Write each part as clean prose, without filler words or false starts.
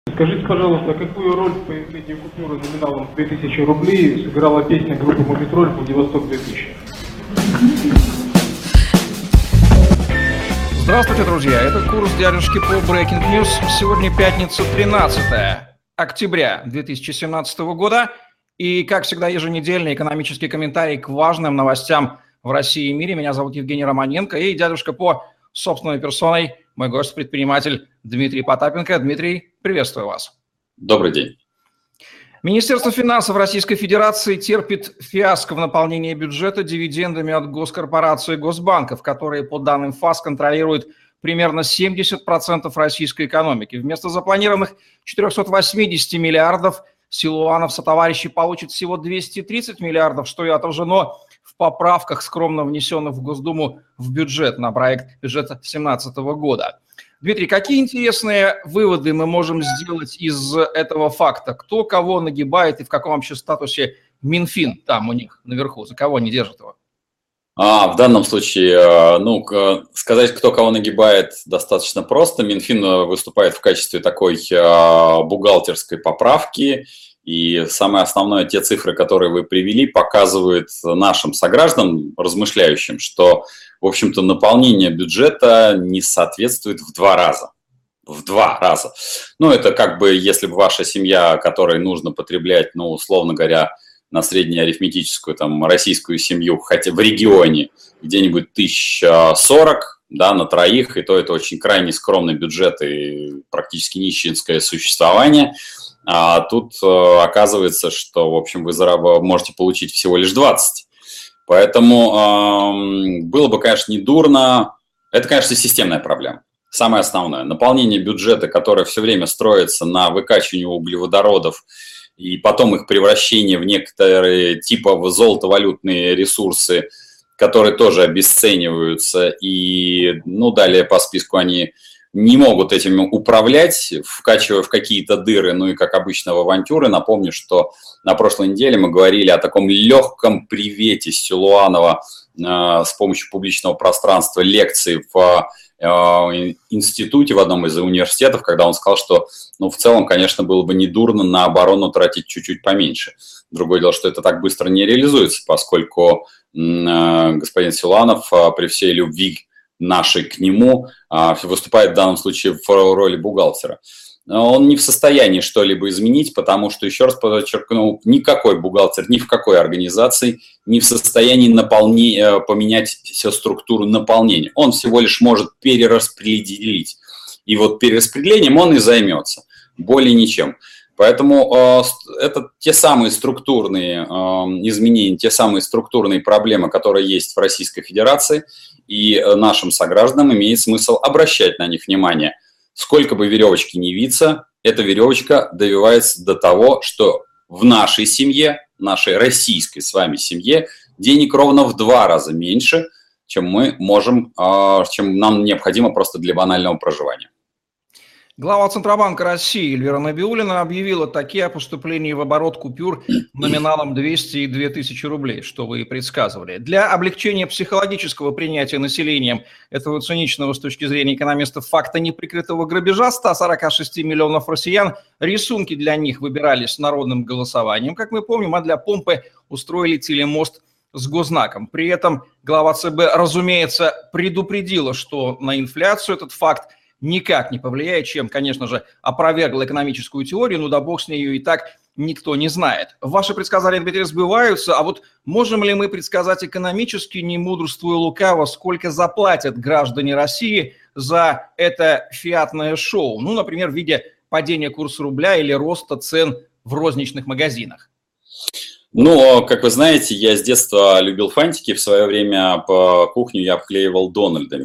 Скажите, пожалуйста, какую роль в появлении купюры номиналом 2000 рублей сыграла песня группы «Мумитроль» «Владивосток-2000»? Здравствуйте, друзья! Это курс дядюшки по Breaking News. Сегодня пятница, 13 октября 2017 года. И, как всегда, еженедельный экономический комментарий к важным новостям в России и мире. Меня зовут Евгений Романенко. И дядюшка по собственной персоной, мой гость-предприниматель Дмитрий Потапенко. Дмитрий, приветствую вас. Добрый день. Министерство финансов Российской Федерации терпит фиаско в наполнении бюджета дивидендами от госкорпораций и госбанков, которые, по данным ФАС, контролируют примерно 70% российской экономики. Вместо запланированных 480 миллиардов Силуанов сотоварищи получат всего 230 миллиардов, что и отражено в поправках, скромно внесенных в Госдуму в бюджет на проект бюджета 2017 года. Дмитрий, какие интересные выводы мы можем сделать из этого факта? Кто кого нагибает и в каком вообще статусе Минфин там у них наверху? За кого они держат его? В данном случае, сказать, кто кого нагибает, достаточно просто. Минфин выступает в качестве такой бухгалтерской поправки. И самое основное, те цифры, которые вы привели, показывают нашим согражданам, размышляющим, что, в общем-то, наполнение бюджета не соответствует в 2 раза. В 2 раза. Это как бы, если бы ваша семья, которой нужно потреблять, условно говоря, на среднеарифметическую российскую семью, хотя в регионе где-нибудь 1040, да, на троих, и то это очень крайне скромный бюджет и практически нищенское существование. А тут оказывается, что, в общем, вы можете получить всего лишь 20. Поэтому было бы, конечно, недурно. Это, конечно, системная проблема. Самое основное. Наполнение бюджета, которое все время строится на выкачивании углеводородов и потом их превращение в некоторые типа золотовалютные ресурсы, которые тоже обесцениваются. И, далее по списку они не могут этим управлять, вкачивая в какие-то дыры, и, как обычно, в авантюры. Напомню, что на прошлой неделе мы говорили о таком легком привете Силуанова с помощью публичного пространства лекции в институте, в одном из университетов, когда он сказал, что, в целом, конечно, было бы недурно на оборону тратить чуть-чуть поменьше. Другое дело, что это так быстро не реализуется, поскольку господин Силуанов при всей любви нашей к нему выступает в данном случае в роли бухгалтера. Он не в состоянии что-либо изменить, потому что, еще раз подчеркну, никакой бухгалтер ни в какой организации не в состоянии поменять всю структуру наполнения. Он всего лишь может перераспределить. И вот перераспределением он и займется. Более ничем. Поэтому это те самые структурные изменения, те самые структурные проблемы, которые есть в Российской Федерации, и нашим согражданам имеет смысл обращать на них внимание. Сколько бы веревочки ни виться, эта веревочка довивается до того, что в нашей семье, нашей российской с вами семье, денег ровно в 2 раза меньше, чем чем нам необходимо просто для банального проживания. Глава Центробанка России Эльвира Набиуллина объявила такие о поступлении в оборот купюр номиналом 200 и 2000 рублей, что вы и предсказывали. Для облегчения психологического принятия населением этого циничного с точки зрения экономистов факта неприкрытого грабежа 146 миллионов россиян, рисунки для них выбирались народным голосованием, как мы помним, а для помпы устроили телемост с госзнаком. При этом глава ЦБ, разумеется, предупредила, что на инфляцию этот факт никак не повлияет, чем, конечно же, опровергла экономическую теорию, но да бог с ней, и так никто не знает. Ваши предсказания, Дмитрий, сбываются, а вот можем ли мы предсказать экономически, не мудрствуя лукаво, сколько заплатят граждане России за это фиатное шоу? Например, в виде падения курса рубля или роста цен в розничных магазинах. Как вы знаете, я с детства любил фантики, в свое время по кухню я обклеивал Дональдами,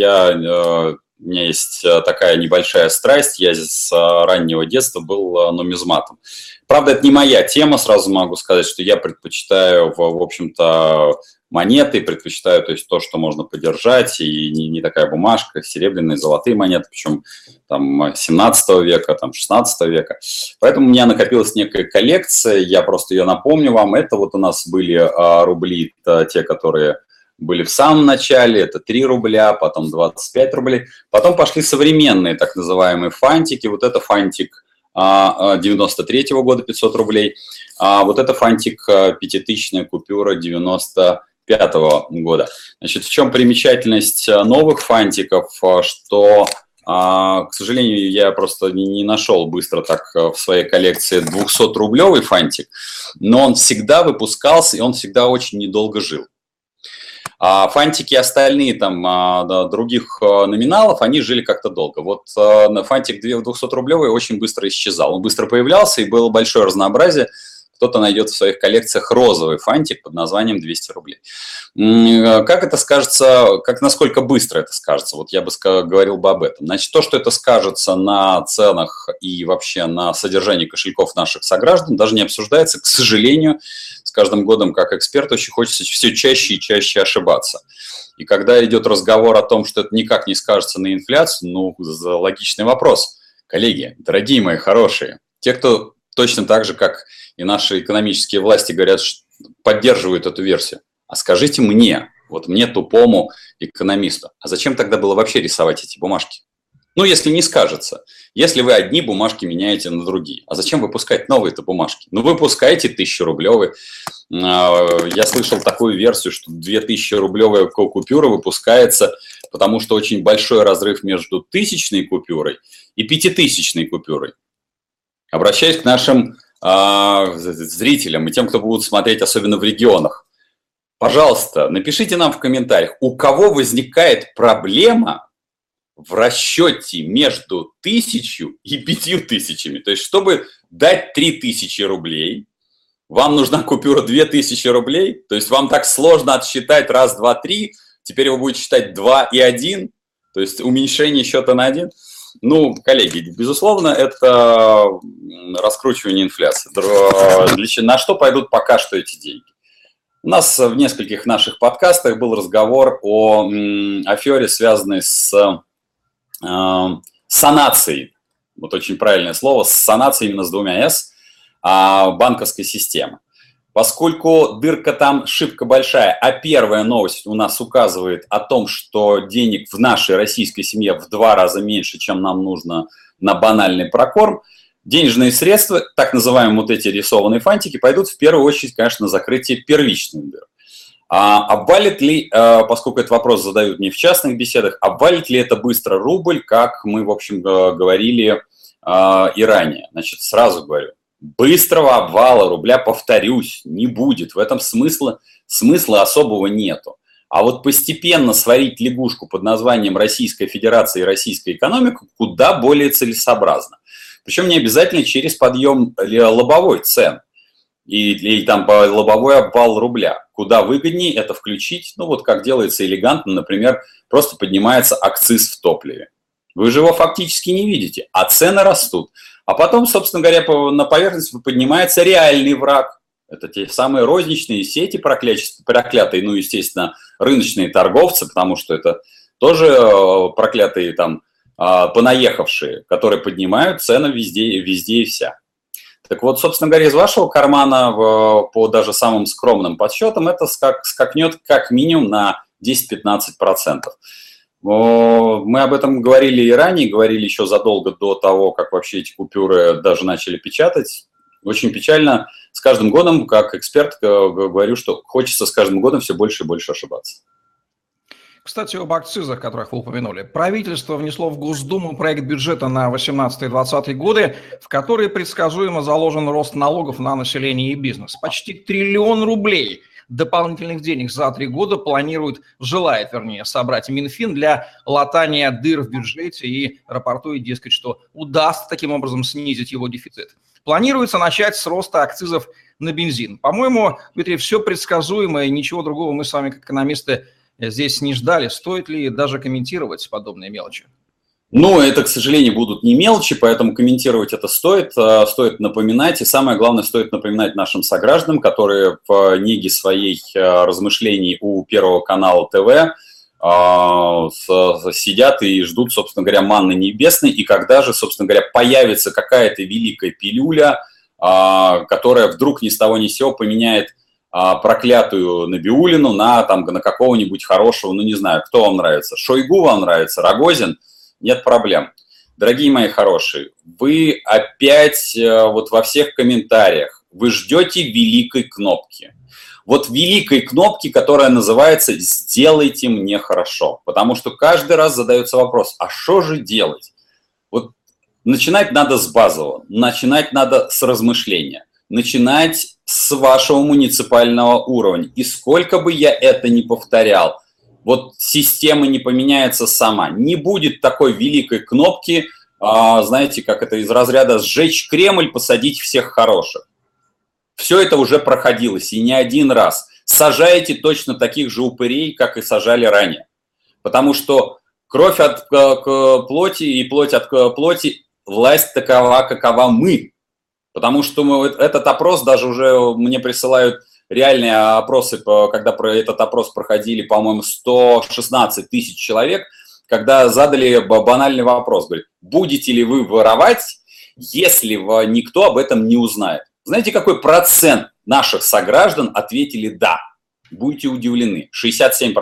у меня есть такая небольшая страсть, я с раннего детства был нумизматом. Правда, это не моя тема, сразу могу сказать, что я предпочитаю, в общем-то, монеты, предпочитаю то, что можно подержать, и не такая бумажка, серебряные, золотые монеты, причем 17 века, 16 века. Поэтому у меня накопилась некая коллекция, я просто ее напомню вам. Это вот у нас были рубли, те, которые были в самом начале, это 3 рубля, потом 25 рублей. Потом пошли современные так называемые фантики. Вот это фантик 93-го года 500 рублей. А вот это фантик, пятитысячная купюра 95-го года. Значит, в чем примечательность новых фантиков, что, к сожалению, я просто не нашел быстро так в своей коллекции 200-рублевый фантик, но он всегда выпускался, и он всегда очень недолго жил. А фантики остальные там других номиналов, они жили как-то долго. Вот фантик 200-рублевый очень быстро исчезал. Он быстро появлялся, и было большое разнообразие. Кто-то найдет в своих коллекциях розовый фантик под названием 200 рублей. Как это скажется, насколько быстро это скажется? Вот я бы говорил бы об этом. Значит, то, что это скажется на ценах и вообще на содержании кошельков наших сограждан, даже не обсуждается. К сожалению, с каждым годом, как эксперт, очень хочется все чаще и чаще ошибаться. И когда идет разговор о том, что это никак не скажется на инфляцию, логичный вопрос. Коллеги, дорогие мои хорошие, те, кто точно так же, как и наши экономические власти говорят, что поддерживают эту версию. А скажите мне, вот мне, тупому экономисту, а зачем тогда было вообще рисовать эти бумажки? Если не скажется, если вы одни бумажки меняете на другие, а зачем выпускать новые-то бумажки? Выпускайте 1000-рублевые. Я слышал такую версию, что 2000-рублевая купюра выпускается, потому что очень большой разрыв между 1000-ной купюрой и 5000-ной купюрой. Обращаюсь к нашим зрителям и тем, кто будут смотреть, особенно в регионах. Пожалуйста, напишите нам в комментариях, у кого возникает проблема в расчете между 1000 и 5000. То есть, чтобы дать 3000 рублей, вам нужна купюра 2000 рублей. То есть, вам так сложно отсчитать раз, два, три. Теперь вы будете считать 2 и 1. То есть, уменьшение счета на 1. Коллеги, безусловно, это раскручивание инфляции. На что пойдут пока что эти деньги? У нас в нескольких наших подкастах был разговор о афере, связанной с санацией. Вот очень правильное слово, с санацией именно с двумя «с» банковской системы. Поскольку дырка там шибко большая, а первая новость у нас указывает о том, что денег в нашей российской семье в 2 раза меньше, чем нам нужно на банальный прокорм, денежные средства, так называемые вот эти рисованные фантики, пойдут в первую очередь, конечно, на закрытие первичных дыр. Обвалит ли, поскольку этот вопрос задают мне в частных беседах, обвалит ли это быстро рубль, как мы, в общем, говорили и ранее? Значит, сразу говорю. Быстрого обвала рубля, повторюсь, не будет. В этом смысла особого нету. А вот постепенно сварить лягушку под названием Российская Федерация и российская экономика куда более целесообразно. Причем не обязательно через подъем лобовой цен и там лобовой обвал рубля. Куда выгоднее это включить, как делается элегантно, например, просто поднимается акциз в топливе. Вы же его фактически не видите, а цены растут. А потом, собственно говоря, на поверхность поднимается реальный враг. Это те самые розничные сети проклятые, естественно, рыночные торговцы, потому что это тоже проклятые там понаехавшие, которые поднимают цены везде и вся. Так вот, собственно говоря, из вашего кармана по даже самым скромным подсчетам это скакнет как минимум на 10-15%. Мы об этом говорили и ранее, говорили еще задолго до того, как вообще эти купюры даже начали печатать. Очень печально. С каждым годом, как эксперт, говорю, что хочется с каждым годом все больше и больше ошибаться. Кстати, об акцизах, которых вы упомянули. Правительство внесло в Госдуму проект бюджета на 18-20 годы, в который предсказуемо заложен рост налогов на население и бизнес. Почти 1 триллион рублей дополнительных денег за 3 года желает собрать Минфин для латания дыр в бюджете и рапортует, дескать, что удастся таким образом снизить его дефицит. Планируется начать с роста акцизов на бензин. По-моему, Дмитрий, все предсказуемо, и ничего другого мы с вами, как экономисты, здесь не ждали. Стоит ли даже комментировать подобные мелочи? Это, к сожалению, будут не мелочи, поэтому комментировать это стоит напоминать. И самое главное, стоит напоминать нашим согражданам, которые в неге своей размышлений у Первого канала ТВ сидят и ждут, собственно говоря, манны небесной, и когда же, собственно говоря, появится какая-то великая пилюля, которая вдруг ни с того ни с сего поменяет проклятую Набиуллину на какого-нибудь хорошего, не знаю, кто вам нравится, Шойгу вам нравится, Рогозин, нет проблем. Дорогие мои хорошие, вы опять вот во всех комментариях, вы ждете великой кнопки. Вот великой кнопки, которая называется «Сделайте мне хорошо». Потому что каждый раз задается вопрос, а что же делать? Вот начинать надо с базового, начинать надо с размышления, начинать с вашего муниципального уровня. И сколько бы я это ни повторял, вот система не поменяется сама. Не будет такой великой кнопки, знаете, как это из разряда «сжечь Кремль, посадить всех хороших». Все это уже проходилось, и не один раз. Сажаете точно таких же упырей, как и сажали ранее. Потому что кровь от плоти и плоть от плоти, власть такова, какова мы. Потому что этот опрос даже уже мне присылают реальные опросы, когда этот опрос проходили, по-моему, 116 тысяч человек, когда задали банальный вопрос, говорят, будете ли вы воровать, если никто об этом не узнает? Знаете, какой процент наших сограждан ответили «да»? Будете удивлены, 67%.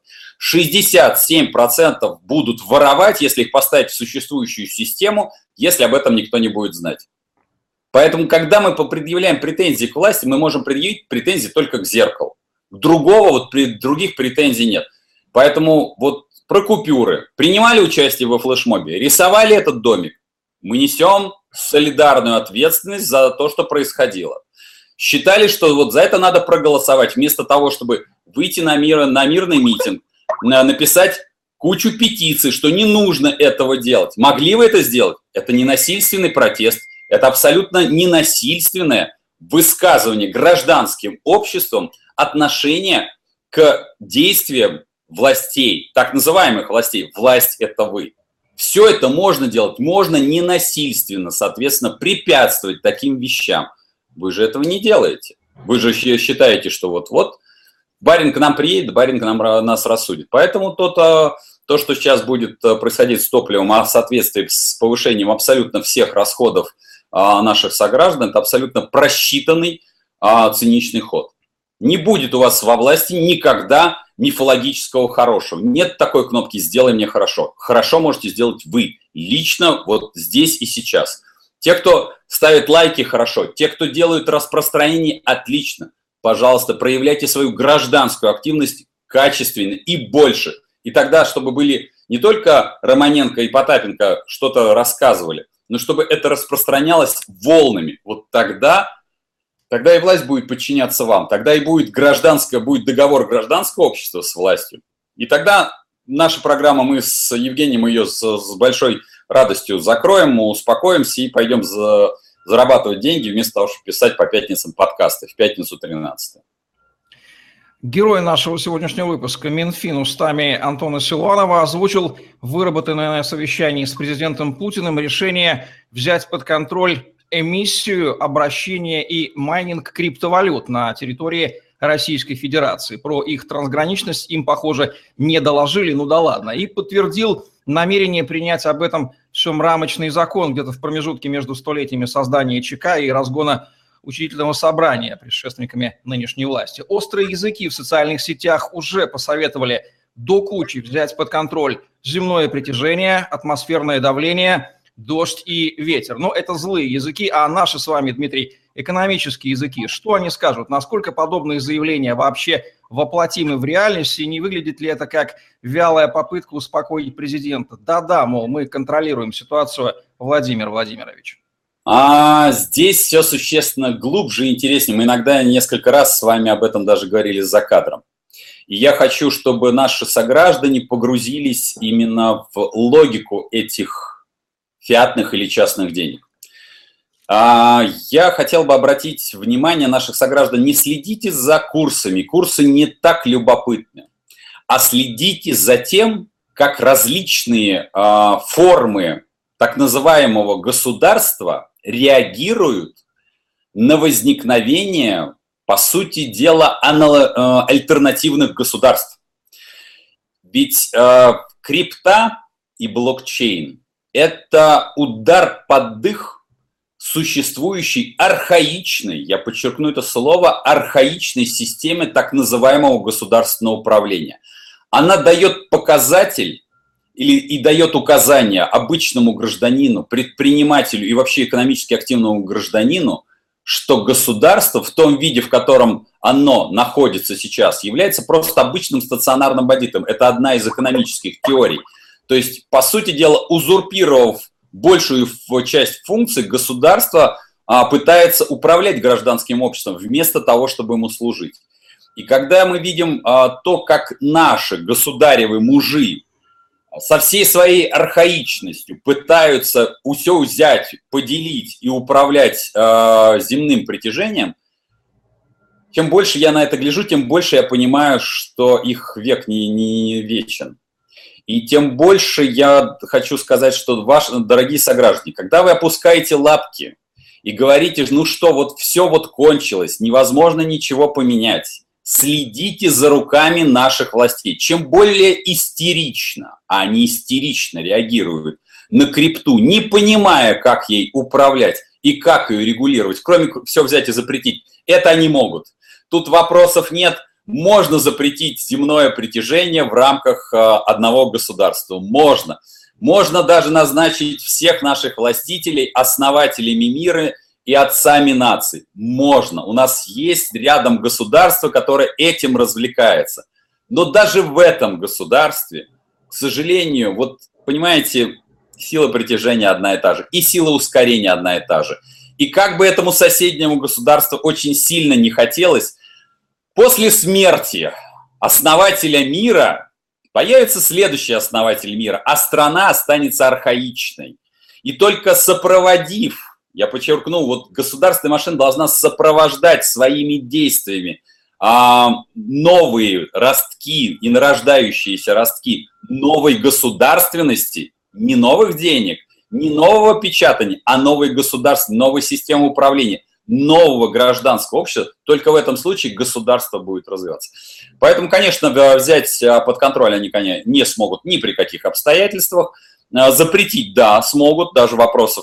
67% будут воровать, если их поставить в существующую систему, если об этом никто не будет знать. Поэтому, когда мы предъявляем претензии к власти, мы можем предъявить претензии только к зеркалу. Других претензий нет. Поэтому вот про купюры. Принимали участие во флешмобе, рисовали этот домик. Мы несем солидарную ответственность за то, что происходило. Считали, что вот за это надо проголосовать, вместо того, чтобы выйти на мирный митинг, написать кучу петиций, что не нужно этого делать. Могли вы это сделать? Это не насильственный протест, это абсолютно ненасильственное высказывание гражданским обществом отношения к действиям властей, так называемых властей. Власть – это вы. Все это можно делать, можно ненасильственно, соответственно, препятствовать таким вещам. Вы же этого не делаете. Вы же считаете, что вот барин к нам приедет, барин к нам нас рассудит. Поэтому то, что сейчас будет происходить с топливом, а в соответствии с повышением абсолютно всех расходов наших сограждан, это абсолютно просчитанный циничный ход. Не будет у вас во власти никогда мифологического хорошего. Нет такой кнопки «Сделай мне хорошо». Хорошо можете сделать вы, лично, вот здесь и сейчас. Те, кто ставит лайки, хорошо. Те, кто делают распространение, отлично. Пожалуйста, проявляйте свою гражданскую активность качественно и больше. И тогда, чтобы были не только Романенко и Потапенко что-то рассказывали, но чтобы это распространялось волнами. Вот тогда и власть будет подчиняться вам. Тогда и будет договор гражданского общества с властью. И тогда наша программа, мы с Евгением ее с большой радостью закроем, мы успокоимся и пойдем зарабатывать деньги, вместо того, чтобы писать по пятницам подкасты, в пятницу 13. Герой нашего сегодняшнего выпуска Минфин устами Антона Силуанова озвучил выработанное на совещании с президентом Путиным решение взять под контроль эмиссию, обращение и майнинг криптовалют на территории Российской Федерации. Про их трансграничность им, похоже, не доложили, ну да ладно. И подтвердил намерение принять об этом всем рамочный закон где-то в промежутке между столетиями создания ЧК и разгона учредительного собрания предшественниками нынешней власти. Острые языки в социальных сетях уже посоветовали до кучи взять под контроль земное притяжение, атмосферное давление, дождь и ветер. Но это злые языки, а наши с вами, Дмитрий, экономические языки. Что они скажут? Насколько подобные заявления вообще воплотимы в реальности? Не выглядит ли это как вялая попытка успокоить президента? Да-да, мол, мы контролируем ситуацию, Владимир Владимирович. Здесь все существенно глубже и интереснее. Мы иногда несколько раз с вами об этом даже говорили за кадром. И я хочу, чтобы наши сограждане погрузились именно в логику этих фиатных или частных денег. Я хотел бы обратить внимание наших сограждан, не следите за курсами, курсы не так любопытны, а следите за тем, как различные формы так называемого государства реагируют на возникновение, по сути дела, альтернативных государств. Ведь крипта и блокчейн – это удар под дых существующей архаичной, я подчеркну это слово, архаичной системе так называемого государственного управления. Она дает показатель и дает указания обычному гражданину, предпринимателю и вообще экономически активному гражданину, что государство в том виде, в котором оно находится сейчас, является просто обычным стационарным бандитом. Это одна из экономических теорий. То есть, по сути дела, узурпировав большую часть функций, государство пытается управлять гражданским обществом вместо того, чтобы ему служить. И когда мы видим то, как наши государевы мужи со всей своей архаичностью пытаются все взять, поделить и управлять земным притяжением, чем больше я на это гляжу, тем больше я понимаю, что их век не вечен. И тем больше я хочу сказать, что ваши дорогие сограждане, когда вы опускаете лапки и говорите, ну что, вот все вот кончилось, невозможно ничего поменять, следите за руками наших властей. Чем более истерично, а они истерично реагируют на крипту, не понимая, как ей управлять и как ее регулировать, кроме все взять и запретить, это они могут. Тут вопросов нет. Можно запретить земное притяжение в рамках одного государства. Можно. Можно даже назначить всех наших властителей основателями мира и отцами наций. Можно. У нас есть рядом государство, которое этим развлекается. Но даже в этом государстве, к сожалению, вот понимаете, сила притяжения одна и та же, и сила ускорения одна и та же. И как бы этому соседнему государству очень сильно не хотелось, после смерти основателя мира появится следующий основатель мира, а страна останется архаичной. И только сопроводив, я подчеркну, вот государственная машина должна сопровождать своими действиями новые ростки и нарождающиеся ростки новой государственности, не новых денег, не нового печатания, а новой государственной, новой системы управления, нового гражданского общества, только в этом случае государство будет развиваться. Поэтому, конечно, взять под контроль они, конечно, не смогут ни при каких обстоятельствах. Запретить, да, смогут, даже вопросов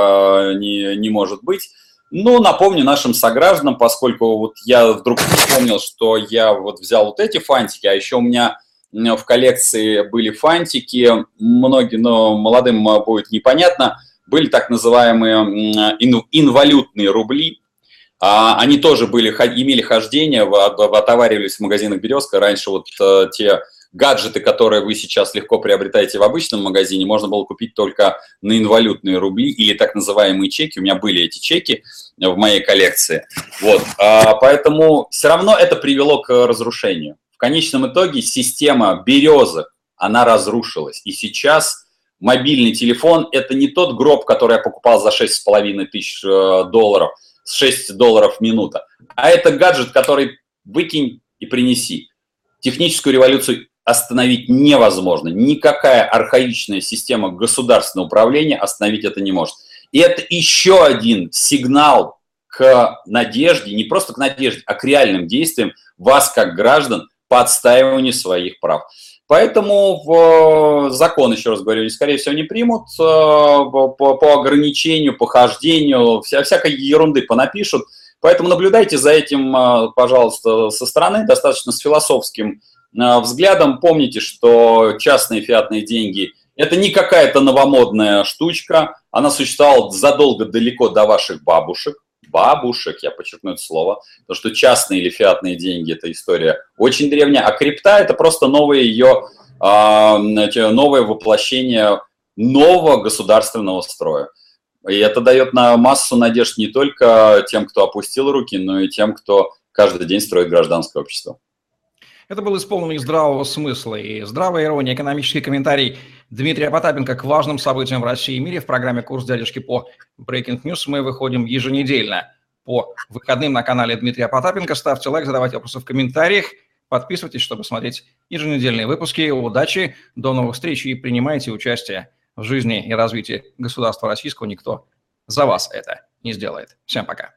не может быть. Но напомню нашим согражданам, поскольку вот я вдруг вспомнил, что я вот взял вот эти фантики, а еще у меня в коллекции были фантики, многие, но молодым будет непонятно, были так называемые инвалютные рубли. Они тоже имели хождение, отоваривались в магазинах «Березка». Раньше вот те гаджеты, которые вы сейчас легко приобретаете в обычном магазине, можно было купить только на инвалютные рубли или так называемые чеки. У меня были эти чеки в моей коллекции. Вот. Поэтому все равно это привело к разрушению. В конечном итоге система «Березок», она разрушилась. И сейчас мобильный телефон – это не тот гроб, который я покупал за $6500, $6 минута, а это гаджет, который выкинь и принеси. Техническую революцию остановить невозможно. Никакая архаичная система государственного управления остановить это не может. И это еще один сигнал к надежде, не просто к надежде, а к реальным действиям вас, как граждан, по отстаиванию своих прав. Поэтому закон, еще раз говорю, скорее всего, не примут по ограничению, по хождению, всякой ерунды понапишут. Поэтому наблюдайте за этим, пожалуйста, со стороны, достаточно с философским взглядом. Помните, что частные фиатные деньги – это не какая-то новомодная штучка. Она существовала задолго далеко до ваших бабушек. Бабушек, я подчеркну это слово, потому что частные или фиатные деньги – это история очень древняя, а крипта – это просто новое воплощение нового государственного строя. И это дает массу надежд не только тем, кто опустил руки, но и тем, кто каждый день строит гражданское общество. Это был исполненный здравого смысла и здравая ирония, экономический комментарий Дмитрия Потапенко к важным событиям в России и мире. В программе «Курс дядюшки» по Breaking News мы выходим еженедельно по выходным на канале Дмитрия Потапенко. Ставьте лайк, задавайте вопросы в комментариях. Подписывайтесь, чтобы смотреть еженедельные выпуски. Удачи, до новых встреч и принимайте участие в жизни и развитии государства российского. Никто за вас это не сделает. Всем пока.